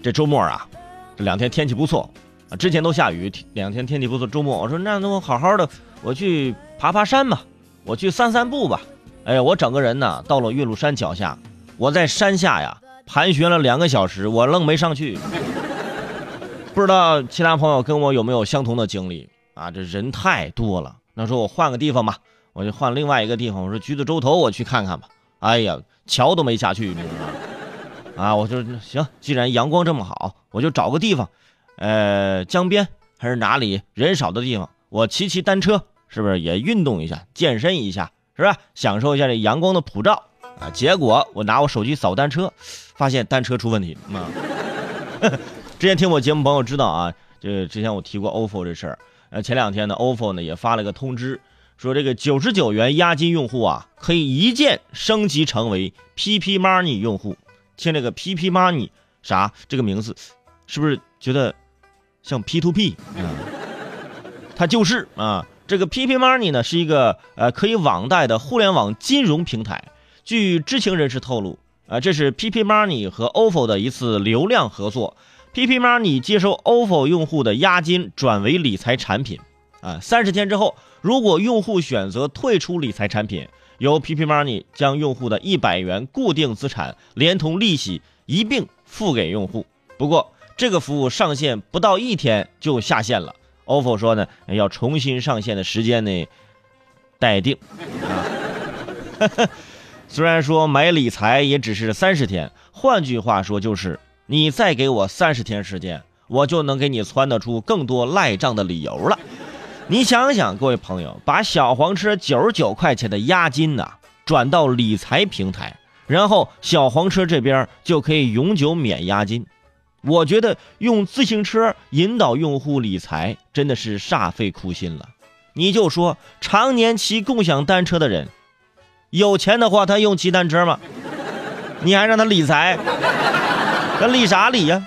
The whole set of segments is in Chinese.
这周末啊，这2天天气不错啊，之前都下雨，2天天气不错，周末我说那我好好的，我去爬爬山吧，我去散散步吧。哎呀，我整个人呢到了岳麓山脚下，我在山下呀盘旋了2个小时，我愣没上去。不知道其他朋友跟我有没有相同的经历啊？这人太多了，那说我换个地方吧，我就换另外一个地方，我说橘子洲头我去看看吧。哎呀，桥都没下去，你知道吗？啊，我说行，既然阳光这么好，我就找个地方，江边还是哪里人少的地方，我骑单车，是不是也运动一下，健身一下，是吧？享受一下这阳光的普照啊。结果我拿我手机扫单车，发现单车出问题啊。之前听我节目朋友知道啊，这之前我提过 OFO 这事儿，前2天呢 OFO 呢也发了个通知，说这个99元押金用户啊，可以一键升级成为 PP Money 用户。听这个 PP Money 啥这个名字，是不是觉得像 P2P 啊？它就是啊，这个 PP Money 呢是一个可以网贷的互联网金融平台。据知情人士透露，这是 PP Money 和 OFO 的一次流量合作。PP Money 接收 OFO 用户的押金转为理财产品，30天之后，如果用户选择退出理财产品，由 PP Money 将用户的100元固定资产连同利息一并付给用户。不过这个服务上线不到1天就下线了。OFO 说呢，要重新上线的时间呢待定啊。虽然说买理财也只是30天，换句话说就是你再给我30天时间，我就能给你撺得出更多赖账的理由了。你想想，各位朋友，把小黄车99块钱的押金转到理财平台，然后小黄车这边就可以永久免押金。我觉得用自行车引导用户理财真的是煞费苦心了。你就说常年骑共享单车的人，有钱的话他用骑单车吗？你还让他理财，他理啥理呀？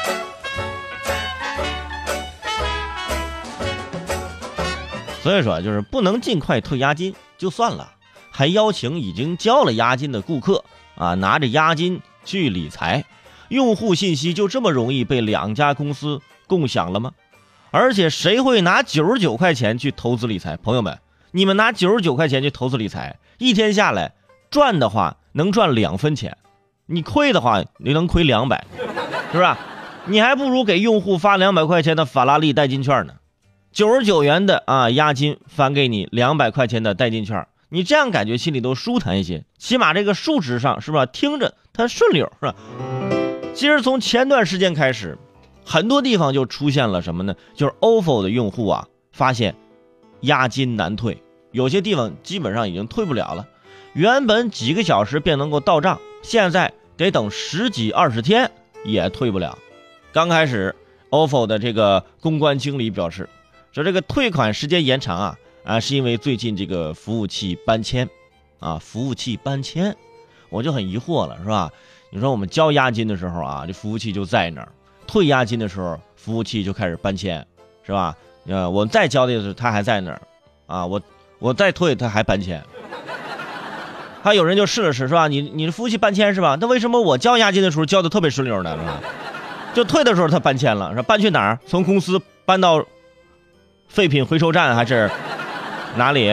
所以说就是不能尽快退押金就算了，还邀请已经交了押金的顾客拿着押金去理财，用户信息就这么容易被2家公司共享了吗？而且谁会拿99块钱去投资理财？朋友们，你们拿99块钱去投资理财，一天下来赚的话能赚2分钱，你亏的话你能亏200，是不是？你还不如给用户发200块钱的法拉利代金券呢。99元的押金返给你200块钱的代金券，你这样感觉心里都舒坦一些，起码这个数值上是吧，听着它顺溜是吧？其实从前段时间开始，很多地方就出现了什么呢？就是 OFO 的用户发现押金难退，有些地方基本上已经退不了了。原本几个小时便能够到账，现在得等10几20天也退不了。刚开始 OFO 的这个公关经理表示，说这个退款时间延长是因为最近这个服务器搬迁服务器搬迁，我就很疑惑了，是吧？你说我们交押金的时候这服务器就在那儿，退押金的时候服务器就开始搬迁，是吧？我再交的时候它还在那儿我再退它还搬迁。还有人就试了试，是吧？你的服务器搬迁是吧？那为什么我交押金的时候交的特别顺溜呢？是吧？就退的时候它搬迁了，是吧？搬去哪儿？从公司搬到废品回收站还是哪里？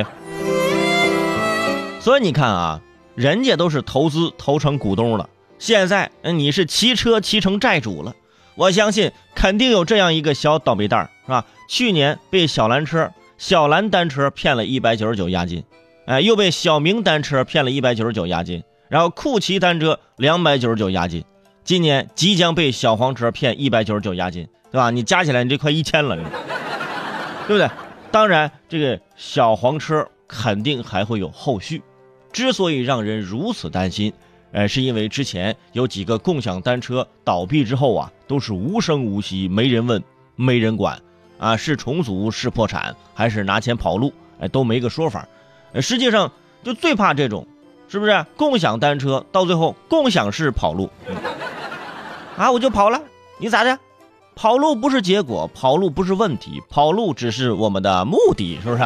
所以你看人家都是投资投成股东了，现在你是骑车骑成债主了。我相信肯定有这样一个小倒霉蛋，是吧？去年被小蓝单车骗了199押金，又被小明单车骗了199押金，然后酷骑单车299押金，今年即将被小黄车骗199押金，对吧？你加起来你这快1000了，对不对？当然这个小黄车肯定还会有后续。之所以让人如此担心，是因为之前有几个共享单车倒闭之后都是无声无息，没人问没人管是重组是破产还是拿钱跑路都没个说法。实际上就最怕这种，是不是？共享单车到最后共享式跑路我就跑了，你咋的？跑路不是结果，跑路不是问题，跑路只是我们的目的，是不是？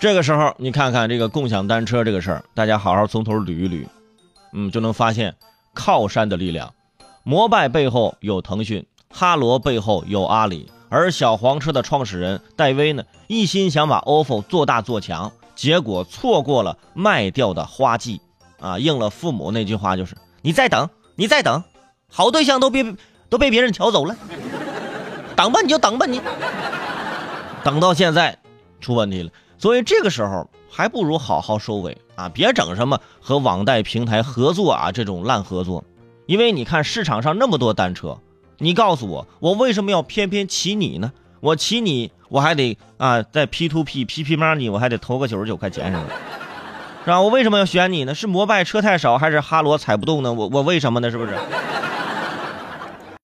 这个时候你看看这个共享单车这个事儿，大家好好从头捋一捋，就能发现靠山的力量。摩拜背后有腾讯，哈罗背后有阿里，而小黄车的创始人戴威呢，一心想把 ofo 做大做强，结果错过了卖掉的花季啊！应了父母那句话，就是你再等，你再等，好对象都被别人抢走了，等吧你就等吧你，等到现在出问题了。所以这个时候还不如好好收尾啊，别整什么和网贷平台合作啊这种烂合作。因为你看市场上那么多单车，你告诉我为什么要偏偏骑你呢？我骑你我还得在 P2P PP Money 我还得投个99块钱是吧？我为什么要选你呢？是摩拜车太少还是哈罗踩不动呢？我为什么呢？是不是？